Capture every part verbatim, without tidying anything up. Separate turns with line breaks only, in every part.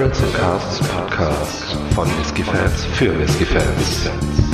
Barrels and Casks Podcast von Whisky-Fans für Whisky-Fans.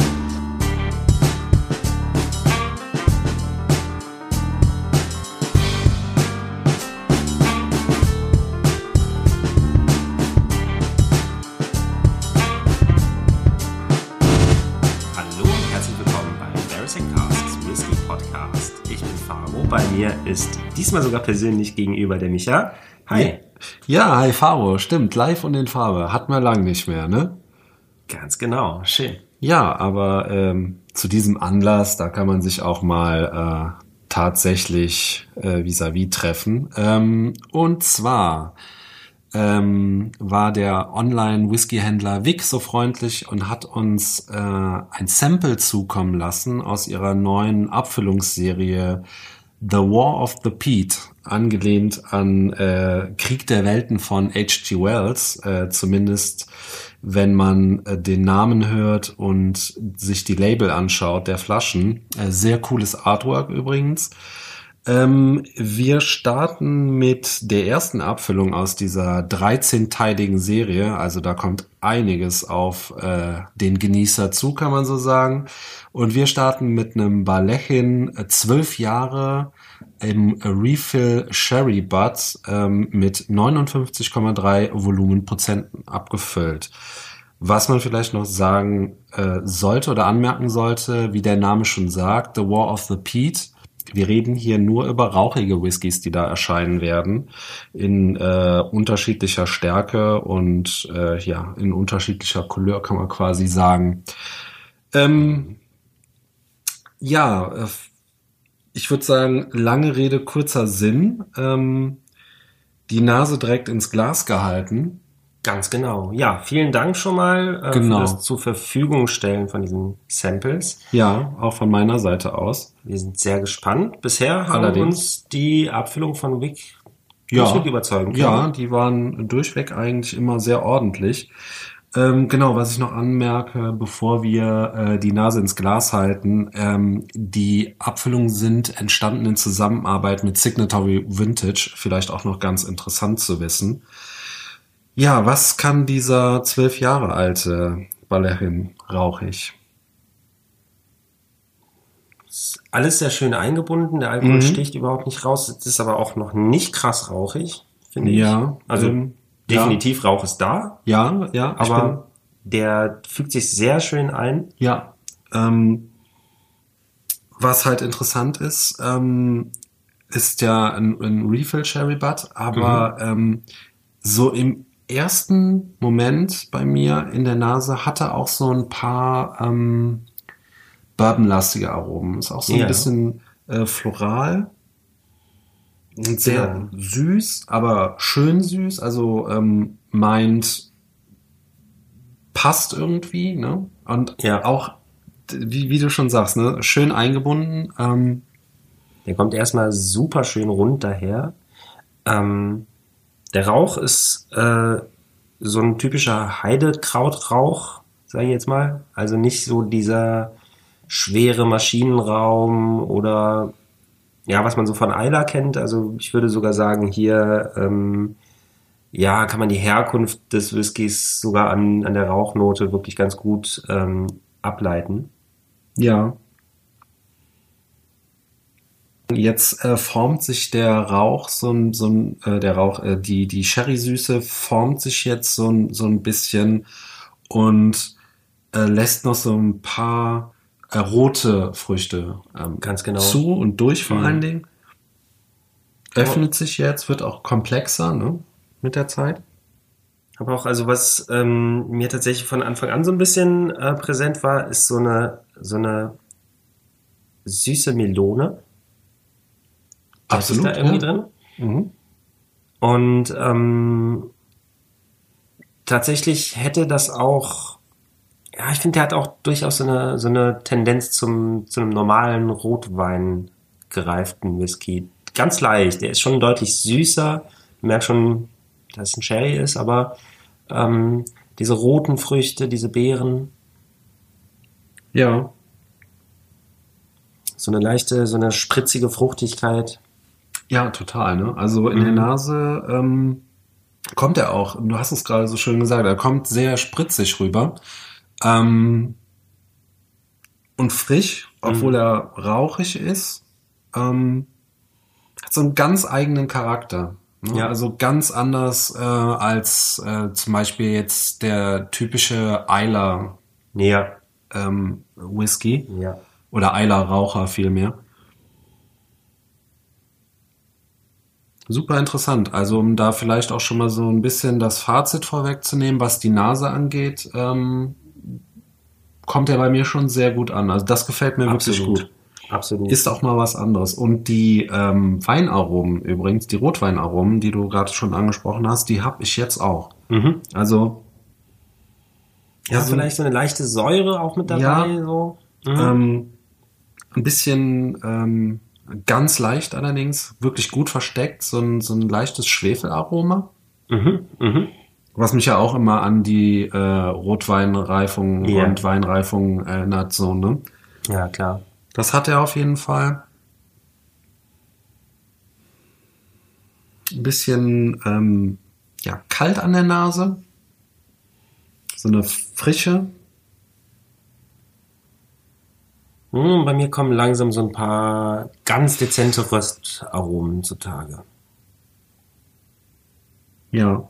Hallo und herzlich willkommen beim Barrels and Casks Whisky Podcast. Ich bin Faro, bei mir ist diesmal sogar persönlich gegenüber der Micha. Hi.
Ja, hi Faro, stimmt, live und in Farbe. Hatten wir lang nicht mehr, ne?
Ganz genau, schön.
Ja, aber ähm, zu diesem Anlass, da kann man sich auch mal äh, tatsächlich äh, vis-à-vis treffen. Ähm, und zwar ähm, war der Online-Whisky-Händler Wick so freundlich und hat uns äh, ein Sample zukommen lassen aus ihrer neuen Abfüllungsserie The War of the Peat, angelehnt an äh, Krieg der Welten von H G Wells, äh, zumindest wenn man äh, den Namen hört und sich die Label anschaut der Flaschen. Äh, sehr cooles Artwork übrigens. Ähm, wir starten mit der ersten Abfüllung aus dieser dreizehnteiligen Serie, also da kommt einiges auf äh, den Genießer zu, kann man so sagen. Und wir starten mit einem Balechin, äh, zwölf Jahre im Refill Sherry Butt ähm, mit neunundfünfzig Komma drei Volumenprozenten abgefüllt. Was man vielleicht noch sagen äh, sollte oder anmerken sollte, wie der Name schon sagt, The War of the Peat. Wir reden hier nur über rauchige Whiskys, die da erscheinen werden, in äh, unterschiedlicher Stärke und äh, ja in unterschiedlicher Couleur, kann man quasi sagen. Ähm, ja, äh, ich würde sagen, lange Rede, kurzer Sinn. Ähm, die Nase direkt ins Glas gehalten.
Ganz genau. Ja, vielen Dank schon mal äh,
Genau.
für das zur Verfügung stellen von diesen Samples.
Ja, auch von meiner Seite aus.
Wir sind sehr gespannt. Bisher haben
Allerdings.
uns die Abfüllung von Wick
Ja,
durchweg überzeugen können.
ja, die waren durchweg eigentlich immer sehr ordentlich. Ähm, genau, was ich noch anmerke, bevor wir äh, die Nase ins Glas halten, ähm, die Abfüllungen sind entstanden in Zusammenarbeit mit Signatory Vintage, vielleicht auch noch ganz interessant zu wissen. Ja, was kann dieser zwölf Jahre alte Balechin rauchig?
Alles sehr schön eingebunden, der Alkohol
Mhm.
sticht überhaupt nicht raus, es ist aber auch noch nicht krass rauchig, finde
Ja,
ich. Also
ähm,
definitiv Rauch ist da,
Ja, ja, ich bin,
aber der fügt sich sehr schön ein.
ja. Ähm, was halt interessant ist, ähm, ist ja ein, ein Refill Sherry Butt, aber ähm, so im ersten Moment bei mir in der Nase hatte auch so ein paar ähm, bourbonlastige Aromen. Ist auch so ein
Ja.
bisschen äh, floral und sehr
Genau.
süß, aber schön süß. Also ähm, meint passt irgendwie, ne? Und
Ja.
auch wie, wie du schon sagst, ne, schön eingebunden. Ähm,
Der kommt erstmal super schön rund daher. Ähm, der Rauch ist äh, so ein typischer Heidekrautrauch, sage ich jetzt mal. Also nicht so dieser schwere Maschinenraum oder ja, was man so von Islay kennt. Also ich würde sogar sagen, hier ähm, ja, kann man die Herkunft des Whiskys sogar an, an der Rauchnote wirklich ganz gut ähm, ableiten.
ja. Jetzt äh, formt sich der Rauch so ein, so ein äh, der Rauch, äh, die die Sherry-Süße formt sich jetzt so ein so ein bisschen und äh, lässt noch so ein paar äh, rote Früchte ähm,
Ganz genau.
zu und durch vor
Mhm.
allen Dingen. Öffnet sich jetzt, wird auch komplexer, ne, mit der Zeit.
Aber auch, also was ähm, mir tatsächlich von Anfang an so ein bisschen äh, präsent war, ist so eine, so eine süße Melone. Das ist da irgendwie
ja.
drin.
Mhm.
Und ähm, tatsächlich hätte das auch, ja, ich finde, der hat auch durchaus so eine, so eine Tendenz zum, zu einem normalen Rotwein gereiften Whisky. Ganz leicht, der ist schon deutlich süßer. Man merkt schon, dass es ein Sherry ist, aber ähm, diese roten Früchte, diese Beeren,
Ja.
so eine leichte, so eine spritzige Fruchtigkeit.
Ja, total, ne? Also in
Mhm.
der Nase ähm, kommt er auch, du hast es gerade so schön gesagt, er kommt sehr spritzig rüber ähm, und frisch, obwohl
Mhm.
er rauchig ist. Ähm, hat so einen ganz eigenen Charakter. Ne?
Ja.
Also ganz anders äh, als äh, zum Beispiel jetzt der typische Islay
Ja,
ähm, Whisky
ja.
oder Islay Raucher vielmehr. Super interessant. Also um da vielleicht auch schon mal so ein bisschen das Fazit vorwegzunehmen, was die Nase angeht, ähm, kommt er bei mir schon sehr gut an. Also das gefällt mir wirklich
Absolut.
gut.
Absolut.
Ist auch mal was anderes. Und die ähm, Weinaromen übrigens, die Rotweinaromen, die du gerade schon angesprochen hast, die habe ich jetzt auch.
Mhm.
Also
Ja,
so-
vielleicht so eine leichte Säure auch mit dabei.
Ja.
So. Mhm.
ähm, ein bisschen ähm, ganz leicht allerdings, wirklich gut versteckt, so ein, so ein leichtes Schwefelaroma.
Mhm. Mhm.
Was mich ja auch immer an die äh, Rotweinreifung
Ja.
und Weinreifung erinnert, so, ne?
Ja, klar.
Das hat er auf jeden Fall. Ein bisschen ähm, ja, kalt an der Nase. So eine Frische.
Hm, bei mir kommen langsam so ein paar ganz dezente Röstaromen zutage.
Ja.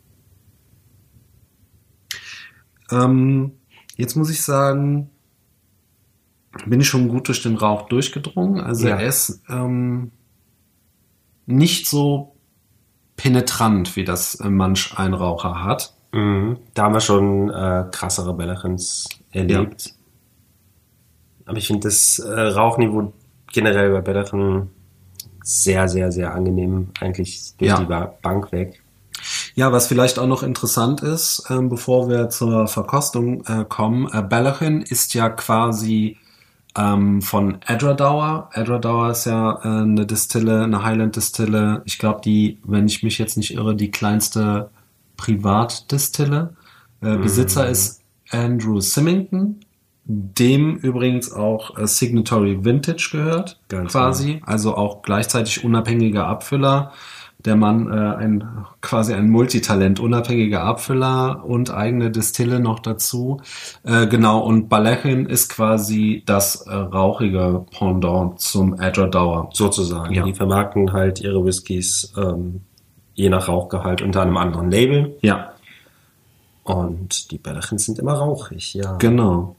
Ähm, jetzt muss ich sagen, bin ich schon gut durch den Rauch durchgedrungen. Also
Ja.
er ist ähm, nicht so penetrant, wie das äh, manch ein Raucher hat.
Mhm. Da haben wir schon äh, krassere Bellerins erlebt. Aber ich finde das äh, Rauchniveau generell bei Bellerin sehr, sehr, sehr angenehm. Eigentlich durch
Ja.
die Ba- Bank weg.
Ja, was vielleicht auch noch interessant ist, ähm, bevor wir zur Verkostung äh, kommen, äh, Bellerin ist ja quasi ähm, von Edradour. Edradour ist ja äh, eine Distille, eine Highland-Distille. Ich glaube, die, wenn ich mich jetzt nicht irre, die kleinste Privatdistille. Äh, Besitzer ist Andrew Symington, dem übrigens auch äh, Signatory Vintage gehört,
Ganz
quasi. Also auch gleichzeitig unabhängiger Abfüller. Der Mann, äh, ein quasi ein Multitalent, unabhängiger Abfüller und eigene Distille noch dazu. Äh, genau, und Ballechin ist quasi das äh, rauchige Pendant zum Edradour.
Sozusagen.
Ja.
Die vermarkten halt ihre Whiskys ähm, je nach Rauchgehalt unter einem anderen Label.
Ja,
Und die Bellerins sind immer rauchig, ja.
genau.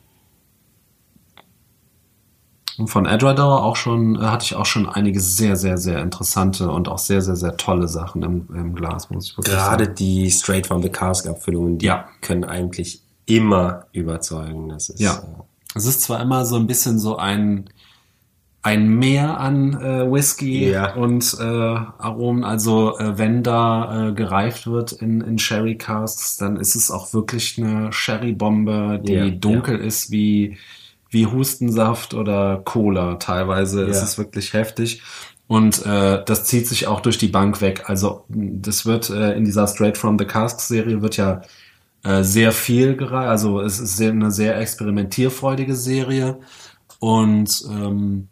Und von Edradour auch schon, äh, hatte ich auch schon einige sehr, sehr, sehr interessante und auch sehr, sehr, sehr tolle Sachen im, im Glas, muss ich wirklich
Gerade
sagen.
die Straight from the Cask Abfüllungen, die
Ja.
können eigentlich immer überzeugen. Das ist,
Ja.
äh,
Es ist zwar immer so ein bisschen so ein, ein Meer an äh, Whisky
Ja.
und äh, Aromen. Also äh, wenn da äh, gereift wird in, in Sherry Casks, dann ist es auch wirklich eine Sherry-Bombe, die
Ja,
dunkel ist wie, wie Hustensaft oder Cola. Teilweise ist
Ja.
es wirklich heftig. Und äh, das zieht sich auch durch die Bank weg. Also das wird äh, in dieser Straight from the Cask Serie wird ja äh, sehr viel gereicht. Also es ist sehr, eine sehr experimentierfreudige Serie. Und ähm,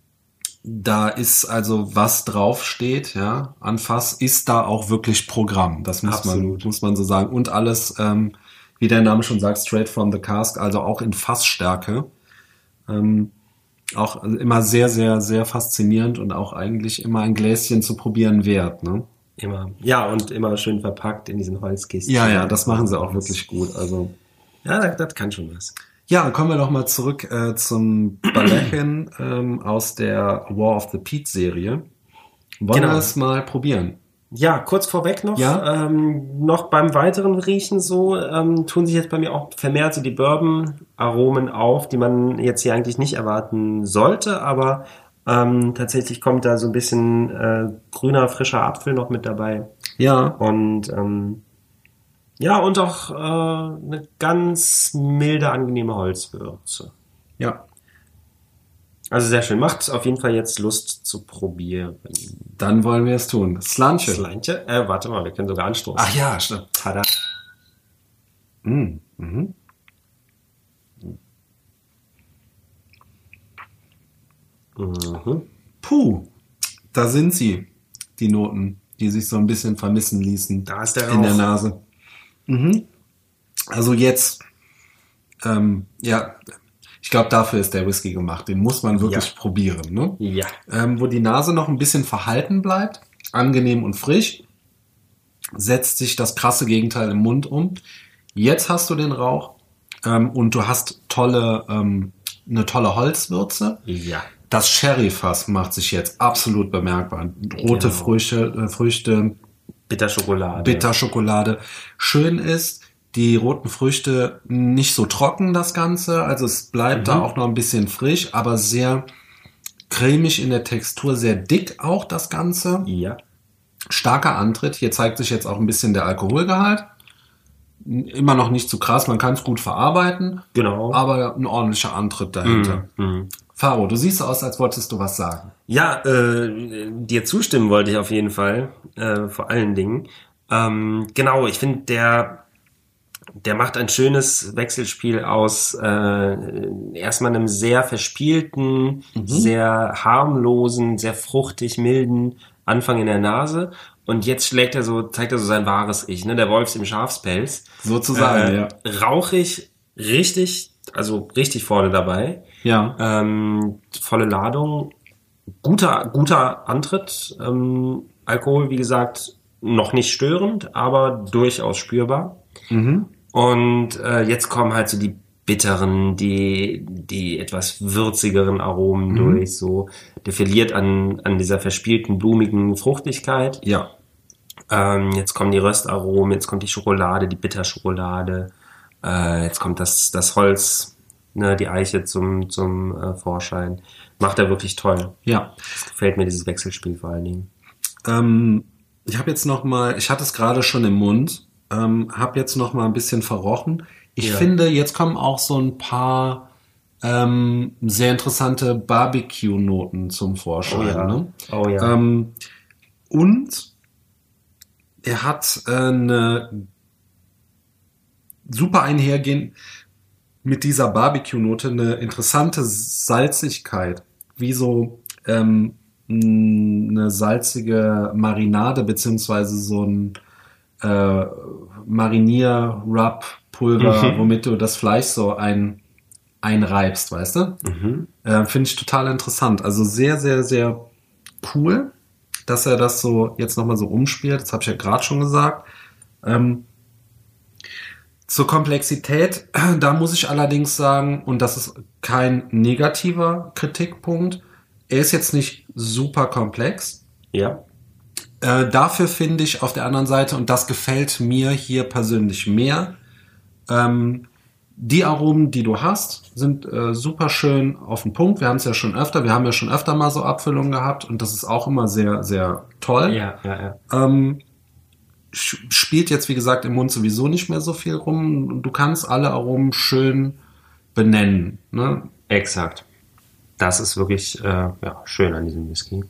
da ist also, was draufsteht, ja, an Fass, ist da auch wirklich Programm. Das muss man,
Absolut.
muss man so sagen. Und alles, ähm, wie der Name schon sagt, straight from the cask, also auch in Fassstärke. Ähm, auch immer sehr, sehr, sehr faszinierend und auch eigentlich immer ein Gläschen zu probieren wert, ne?
immer. Ja, und immer schön verpackt in diesen Holzkisten.
Ja, ja, das machen sie auch wirklich gut. Also
Ja, das, das kann schon was.
ja, kommen wir doch mal zurück äh, zum Ballechin ähm, aus der War of the Peat Serie. Wollen
Genau.
wir es mal probieren?
Ja, kurz vorweg noch,
Ja.
ähm, noch beim weiteren Riechen so, ähm, tun sich jetzt bei mir auch vermehrt so die Bourbon-Aromen auf, die man jetzt hier eigentlich nicht erwarten sollte, aber ähm, tatsächlich kommt da so ein bisschen äh, grüner, frischer Apfel noch mit dabei.
Ja,
Und ähm, ja, und auch äh, eine ganz milde, angenehme Holzwürze.
ja.
Also sehr schön. Macht auf jeden Fall jetzt Lust zu probieren.
Dann wollen wir es tun. Slantje.
Slantje? Äh, warte mal, wir können sogar anstoßen.
Ach ja, stimmt.
Tada.
Mm, mhm.
Mhm.
Puh, da sind sie, die Noten. die sich so ein bisschen vermissen ließen.
Da ist der
in der
Rauch.
Nase. Mhm. Also jetzt, ähm, ja, ich glaube, dafür ist der Whisky gemacht. Den muss man wirklich
Ja.
probieren. Ne?
Ja.
Ähm, wo die Nase noch ein bisschen verhalten bleibt, angenehm und frisch, setzt sich das krasse Gegenteil im Mund um. Jetzt hast du den Rauch ähm, und du hast tolle, ähm, eine tolle Holzwürze.
Ja.
Das Sherryfass macht sich jetzt absolut bemerkbar. Rote
Genau.
Früchte, äh, Früchte,
Bitterschokolade.
Bitterschokolade. Schön ist, die roten Früchte nicht so trocken, das Ganze. Also es bleibt
Mhm.
da auch noch ein bisschen frisch, aber sehr cremig in der Textur, sehr dick auch das Ganze.
Ja.
Starker Antritt. Hier zeigt sich jetzt auch ein bisschen der Alkoholgehalt. Immer noch nicht zu krass, man kann es gut verarbeiten,
Genau.
aber ein ordentlicher Antritt dahinter.
Mhm.
Faro, du siehst aus, als wolltest du was sagen.
Ja, äh, dir zustimmen wollte ich auf jeden Fall, äh, vor allen Dingen. Ähm, genau, ich finde, der, der macht ein schönes Wechselspiel aus äh, erstmal einem sehr verspielten, sehr harmlosen, sehr fruchtig milden Anfang in der Nase. Und jetzt schlägt er so, zeigt er so sein wahres Ich, ne? Der Wolfs im Schafspelz.
Sozusagen,
äh,
ja.
Rauchig, richtig, also richtig vorne dabei.
Ja.
Ähm, volle Ladung, guter, guter Antritt. Ähm, Alkohol, wie gesagt, noch nicht störend, aber durchaus spürbar.
Mhm.
Und äh, jetzt kommen halt so die bitteren, die, die etwas würzigeren Aromen durch. So, der verliert an, an dieser verspielten, blumigen Fruchtigkeit.
Ja.
Ähm, jetzt kommen die Röstaromen, jetzt kommt die Schokolade, die Bitterschokolade. Äh, jetzt kommt das, das Holz, ne, die Eiche zum, zum äh, Vorschein. Macht er wirklich toll.
Ja.
Das gefällt mir, dieses Wechselspiel vor allen Dingen.
Ähm, ich habe jetzt noch mal, ich hatte es gerade schon im Mund, ähm, habe jetzt noch mal ein bisschen verrochen. Ich
Ja.
finde, jetzt kommen auch so ein paar ähm, sehr interessante Barbecue-Noten zum Vorschein.
Oh ja.
Ne?
Oh ja.
Ähm, und er hat äh, eine super einhergehen mit dieser Barbecue-Note, eine interessante Salzigkeit, wie so ähm, eine salzige Marinade beziehungsweise so ein äh, Marinier-Rub-Pulver,
Mhm.
womit du das Fleisch so ein, einreibst, weißt du?
Mhm.
Äh, Finde ich total interessant. Also sehr, sehr, sehr cool, dass er das so jetzt nochmal so umspielt. Das habe ich ja gerade schon gesagt. Ähm, zur Komplexität, da muss ich allerdings sagen, und das ist kein negativer Kritikpunkt, er ist jetzt nicht super komplex.
Ja.
Äh, dafür finde ich auf der anderen Seite, und das gefällt mir hier persönlich mehr, ähm, die Aromen, die du hast, sind äh, super schön auf den Punkt. Wir haben es ja schon öfter, wir haben ja schon öfter mal so Abfüllungen gehabt und das ist auch immer sehr, sehr toll.
Ja, ja, ja.
Ähm, sch- spielt jetzt, wie gesagt, im Mund sowieso nicht mehr so viel rum und du kannst alle Aromen schön benennen. Ne?
Exakt. Das ist wirklich äh, ja, schön an diesem Whisky.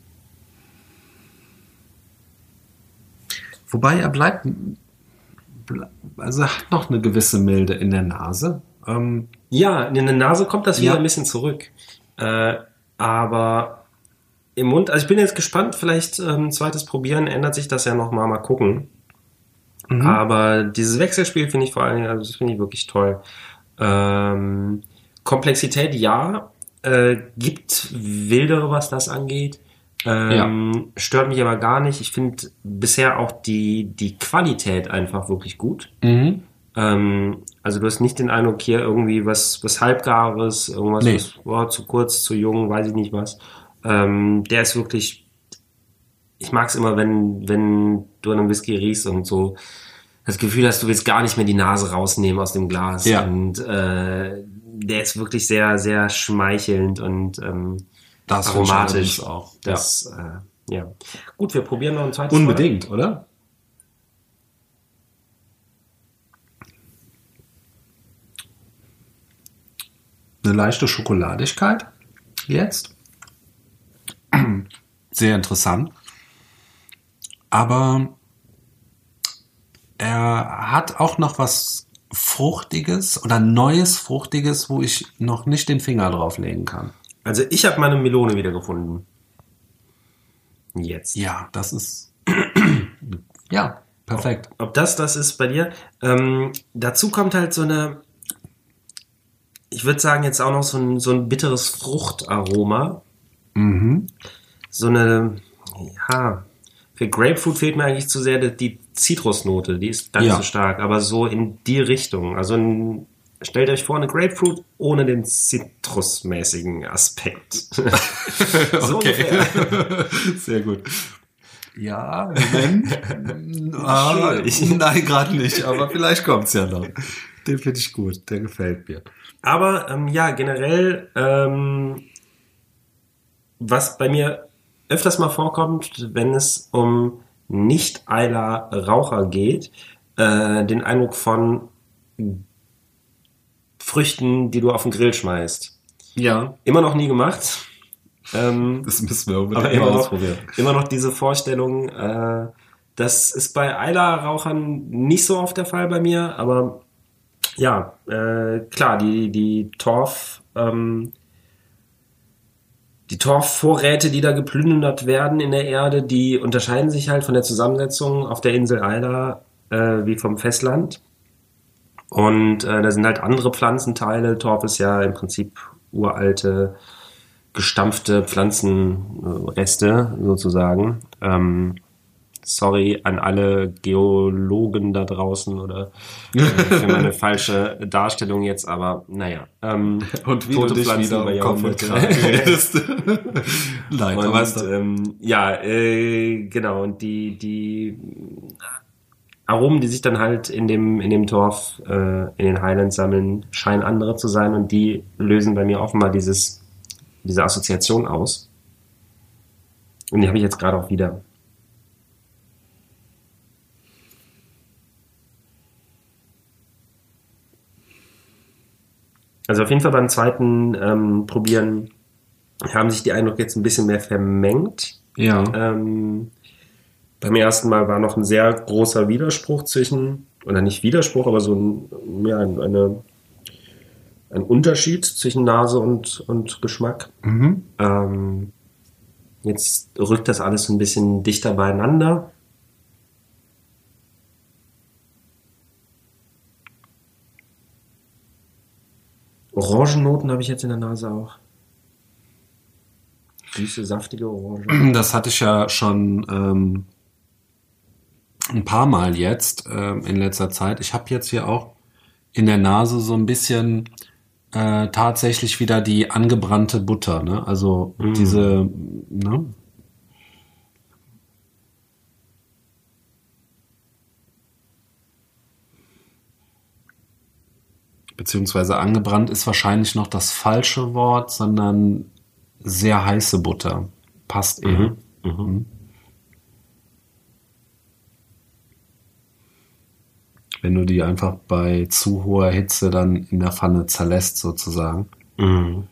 Wobei er bleibt, also er hat noch eine gewisse Milde in der Nase. Ähm,
Ja, in der Nase kommt das wieder
Ja.
ein bisschen zurück. Äh, aber im Mund, also ich bin jetzt gespannt, vielleicht ähm, ein zweites Probieren ändert sich das ja nochmal, mal gucken.
Mhm.
Aber dieses Wechselspiel finde ich vor allen Dingen, also das finde ich wirklich toll. Ähm, Komplexität, ja, äh, gibt wildere, was das angeht. Ähm, Stört mich aber gar nicht. Ich finde bisher auch die, die Qualität einfach wirklich gut.
Mhm.
Ähm, also du hast nicht den Eindruck, hier irgendwie was, was Halbgares, irgendwas,
Nee.
was, boah, zu kurz, zu jung, weiß ich nicht was. Ähm, der ist wirklich, ich mag es immer, wenn, wenn du an einem Whisky riechst und so das Gefühl hast, du willst gar nicht mehr die Nase rausnehmen aus dem Glas.
Ja.
Und äh, der ist wirklich sehr, sehr schmeichelnd und ähm,
Das finde ich
aromatisch.
allerdings auch.
Das, äh, ja. Gut, wir probieren noch ein zweites
Unbedingt, oder? Eine leichte Schokoladigkeit jetzt. Sehr interessant. Aber er hat auch noch was Fruchtiges oder Neues Fruchtiges, wo ich noch nicht den Finger drauf legen kann.
Also ich habe meine Melone wiedergefunden. Jetzt.
Ja, das ist Ja, perfekt.
Ob, ob das das ist bei dir? Ähm, dazu kommt halt so eine, ich würde sagen jetzt auch noch so ein, so ein bitteres Fruchtaroma.
Mhm.
So eine, ja, für Grapefruit fehlt mir eigentlich zu sehr die, die Zitrusnote, die ist gar nicht
Ja.
so stark, aber so in die Richtung. Also ein, stellt euch vor, eine Grapefruit ohne den zitrusmäßigen Aspekt. So ungefähr.
Sehr gut. Ja, Moment. ah,
Schwierig.
nein, gerade nicht, aber vielleicht kommt's ja noch. Den finde ich gut, der gefällt mir.
Aber ähm, ja, generell, ähm, was bei mir öfters mal vorkommt, wenn es um Nicht-Eiler-Raucher geht, äh, den Eindruck von Früchten, die du auf den Grill schmeißt.
Ja,
Immer noch nie gemacht. Ähm,
das müssen wir unbedingt
aber
mal
immer noch,
ausprobieren.
immer noch diese Vorstellung, äh, das ist bei Eiler-Rauchern nicht so oft der Fall bei mir, aber ja, äh, klar, die, die Torf, ähm, die Torfvorräte, die da geplündert werden in der Erde, die unterscheiden sich halt von der Zusammensetzung auf der Insel Eiler äh, wie vom Festland. Und äh, da sind halt andere Pflanzenteile. Torf ist ja im Prinzip uralte, gestampfte Pflanzenreste sozusagen. Ähm, sorry an alle Geologen da draußen oder äh, für meine falsche Darstellung jetzt, aber naja. Ähm,
Und wie
tote
du dich
Pflanzen
wieder
über
um Kopf und
Jahrhunderte.
Kragen redest. Nein, aber
Und
ist doch-
ähm, ja, äh, genau, und die, die Aromen, die sich dann halt in dem, in dem Torf, äh, in den Highlands sammeln, scheinen andere zu sein und die lösen bei mir offenbar dieses, diese Assoziation aus. Und die habe ich jetzt gerade auch wieder. Also auf jeden Fall beim zweiten ähm, Probieren haben sich die Eindrücke jetzt ein bisschen mehr vermengt.
ja.
Ähm, beim ersten Mal war noch ein sehr großer Widerspruch zwischen, oder nicht Widerspruch, aber so ein, ja, eine, ein Unterschied zwischen Nase und, und Geschmack.
Mhm.
Ähm, jetzt rückt das alles so ein bisschen dichter beieinander. Orangennoten habe ich jetzt in der Nase auch. Süße, saftige Orange.
Das hatte ich ja schon ähm, ein paar Mal jetzt ähm, in letzter Zeit. Ich habe jetzt hier auch in der Nase so ein bisschen äh, tatsächlich wieder die angebrannte Butter, ne? Also
Mm.
diese, ne? Beziehungsweise angebrannt ist wahrscheinlich noch das falsche Wort, sondern sehr heiße Butter. Passt eher.
Mhm. Mhm.
Wenn du die einfach bei zu hoher Hitze dann in der Pfanne zerlässt sozusagen.
Mhm.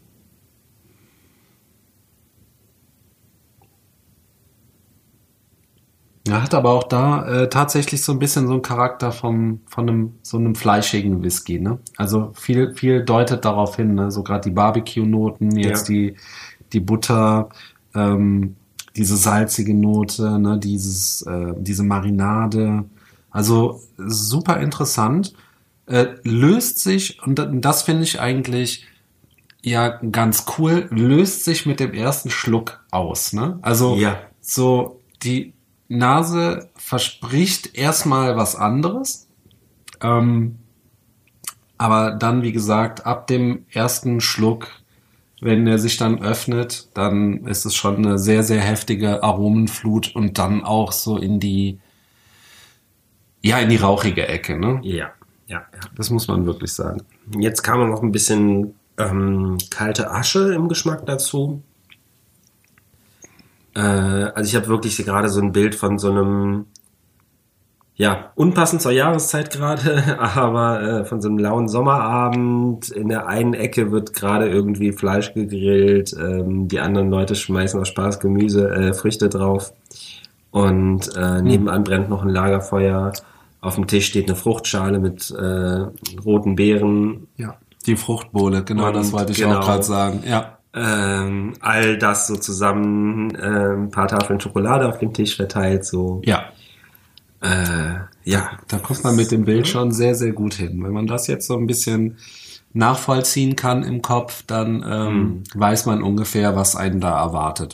Er hat aber auch da äh, tatsächlich so ein bisschen so einen Charakter vom, von einem, so einem fleischigen Whisky, ne? Also viel, viel deutet darauf hin, ne? So gerade die Barbecue-Noten, jetzt
Ja.
die, die Butter, ähm, diese salzige Note, ne? Dieses, äh, diese Marinade. Also super interessant. Äh, löst sich, und da- das finde ich eigentlich ja ganz cool, löst sich mit dem ersten Schluck aus, ne? Also
Ja.
so die Nase verspricht erstmal was anderes, ähm, aber dann, wie gesagt, ab dem ersten Schluck, wenn er sich dann öffnet, dann ist es schon eine sehr, sehr heftige Aromenflut und dann auch so in die, ja, in die rauchige Ecke, ne?
Ja, ja, ja.
Das muss man wirklich sagen.
Jetzt kam noch ein bisschen ähm, kalte Asche im Geschmack dazu. Äh, also ich habe wirklich gerade so ein Bild von so einem, ja, unpassend zur Jahreszeit gerade, aber äh, von so einem lauen Sommerabend. In der einen Ecke wird gerade irgendwie Fleisch gegrillt, ähm, die anderen Leute schmeißen aus Spaß Gemüse, äh, Früchte drauf. Und äh, nebenan brennt noch ein Lagerfeuer. Auf dem Tisch steht eine Fruchtschale mit äh, roten Beeren.
Ja. Die Fruchtbowle, genau,
Und
das wollte ich
genau.
auch gerade sagen. Ja.
Ähm, all das so zusammen, äh, ein paar Tafeln Schokolade auf dem Tisch verteilt, so.
Ja.
Äh, ja.
Da kommt man mit dem Bild schon sehr, sehr gut hin. Wenn man das jetzt so ein bisschen nachvollziehen kann im Kopf, dann ähm, mhm. weiß man ungefähr, was einen da erwartet.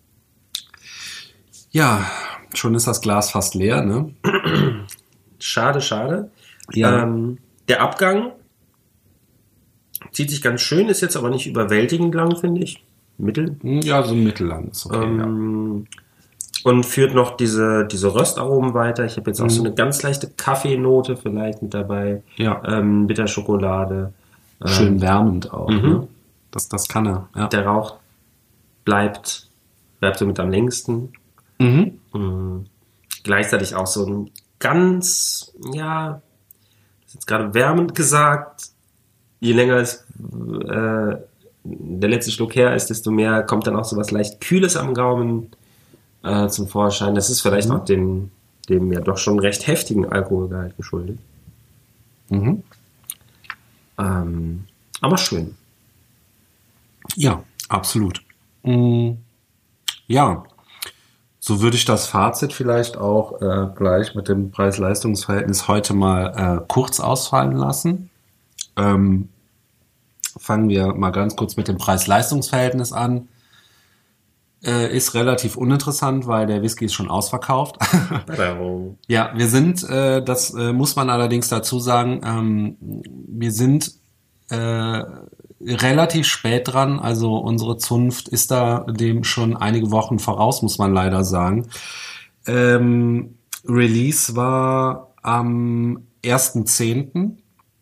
Ja, schon ist das Glas fast leer, ne?
Schade, schade.
Ja.
Ähm, der Abgang zieht sich ganz schön, ist jetzt aber nicht überwältigend lang, finde ich. Mittel.
Ja, so mittellang ist okay,
ähm, ja. Und führt noch diese, diese Röstaromen weiter. Ich habe jetzt auch mhm. so eine ganz leichte Kaffeenote vielleicht mit dabei.
Ja.
Ähm, Bitterschokolade.
Schön
ähm,
wärmend auch.
Mhm.
Ne? Das, das kann er. Ja.
Der Rauch bleibt, bleibt so mit am längsten.
Mhm.
Mhm. Gleichzeitig auch so ein ganz, ja, das ist jetzt gerade wärmend gesagt, je länger es äh, der letzte Schluck her ist, desto mehr kommt dann auch so was leicht Kühles am Gaumen äh, zum Vorschein. Das ist vielleicht mhm. auch dem, dem ja doch schon recht heftigen Alkoholgehalt geschuldet.
Mhm.
Ähm, aber schön.
Ja, absolut. Mhm. Ja, so würde ich das Fazit vielleicht auch äh, gleich mit dem Preis-Leistungs-Verhältnis heute mal äh, kurz ausfallen lassen. Ähm, fangen wir mal ganz kurz mit dem Preis-Leistungs-Verhältnis an. Äh, ist relativ uninteressant, weil der Whisky ist schon ausverkauft. Ja, wir sind, äh, das äh, muss man allerdings dazu sagen, ähm, wir sind äh, relativ spät dran, also unsere Zunft ist da dem schon einige Wochen voraus, muss man leider sagen. Ähm, Release war am ersten zehnten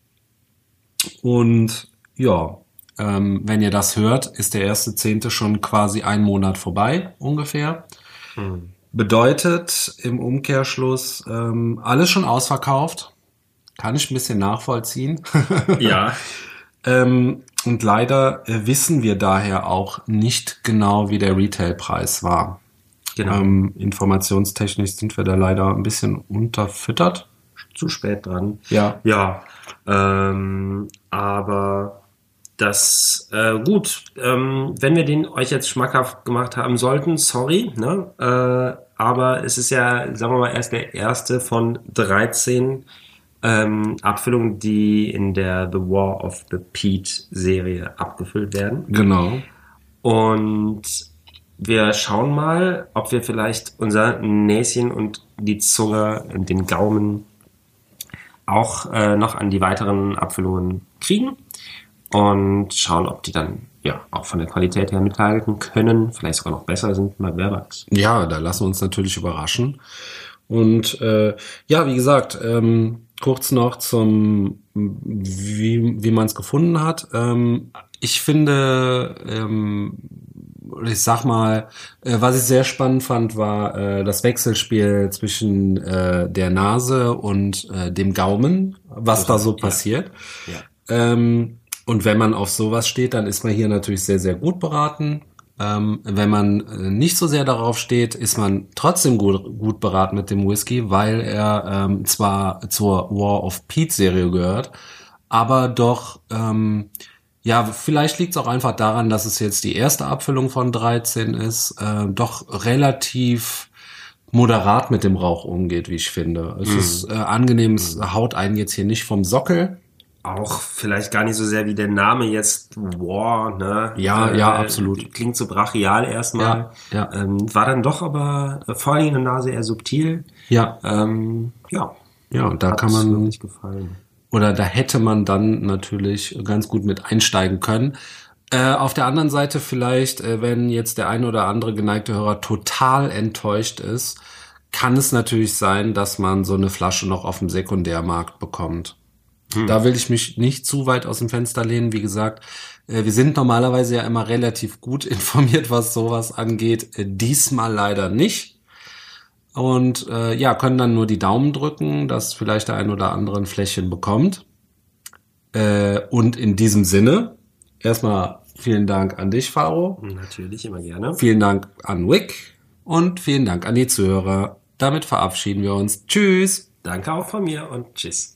und ja, ähm, wenn ihr das hört, ist der erste Zehnte schon quasi ein Monat vorbei, ungefähr.
Mhm.
Bedeutet im Umkehrschluss ähm, alles schon ausverkauft. Kann ich ein bisschen nachvollziehen.
Ja.
ähm, und leider äh, wissen wir daher auch nicht genau, wie der Retailpreis war.
Genau.
Ähm, informationstechnisch sind wir da leider ein bisschen unterfüttert.
Zu spät dran.
Ja.
Ja. Ähm, aber das, äh, gut, ähm, wenn wir den euch jetzt schmackhaft gemacht haben sollten, sorry, ne? Äh, aber es ist ja, sagen wir mal, erst der erste von dreizehn ähm, Abfüllungen, die in der The War of the Peat Serie abgefüllt werden.
Genau.
Und wir schauen mal, ob wir vielleicht unser Näschen und die Zunge und den Gaumen auch äh, noch an die weiteren Abfüllungen kriegen. Und schauen, ob die dann ja auch von der Qualität her mithalten können, vielleicht sogar noch besser sind, mal wer weiß.
Ja, da lassen wir uns natürlich überraschen. Und äh, ja, wie gesagt, ähm, kurz noch zum, wie, wie man es gefunden hat. Ähm, ich finde, ähm, ich sag mal, äh, was ich sehr spannend fand, war äh, das Wechselspiel zwischen äh, der Nase und äh, dem Gaumen, was da so passiert.
Ja. Ja.
Ähm, Und wenn man auf sowas steht, dann ist man hier natürlich sehr, sehr gut beraten. Ähm, wenn man äh, nicht so sehr darauf steht, ist man trotzdem gut, gut beraten mit dem Whisky, weil er ähm, zwar zur War of Peat Serie gehört, aber doch, ähm, ja, vielleicht liegt es auch einfach daran, dass es jetzt die erste Abfüllung von dreizehn ist, äh, doch relativ moderat mit dem Rauch umgeht, wie ich finde. Es mm. ist äh, angenehm, es haut einen jetzt hier nicht vom Sockel.
Auch vielleicht gar nicht so sehr wie der Name jetzt War, ne?
Ja, äh, ja, absolut.
Klingt so brachial erstmal.
Ja, ja.
Ähm, war dann doch aber äh, vor allem in der Nase eher subtil.
Ja.
Ähm, ja.
Ja, und da kann man
nicht gefallen.
Oder da hätte man dann natürlich ganz gut mit einsteigen können. Äh, auf der anderen Seite vielleicht, äh, wenn jetzt der ein oder andere geneigte Hörer total enttäuscht ist, kann es natürlich sein, dass man so eine Flasche noch auf dem Sekundärmarkt bekommt. Hm. Da will ich mich nicht zu weit aus dem Fenster lehnen. Wie gesagt, äh, wir sind normalerweise ja immer relativ gut informiert, was sowas angeht. Äh, diesmal leider nicht. Und äh, ja, können dann nur die Daumen drücken, dass vielleicht der ein oder andere ein Fläschchen bekommt. Äh, und in diesem Sinne, erstmal vielen Dank an dich, Faro.
Natürlich, immer gerne.
Vielen Dank an Wick und vielen Dank an die Zuhörer. Damit verabschieden wir uns. Tschüss.
Danke auch von mir und tschüss.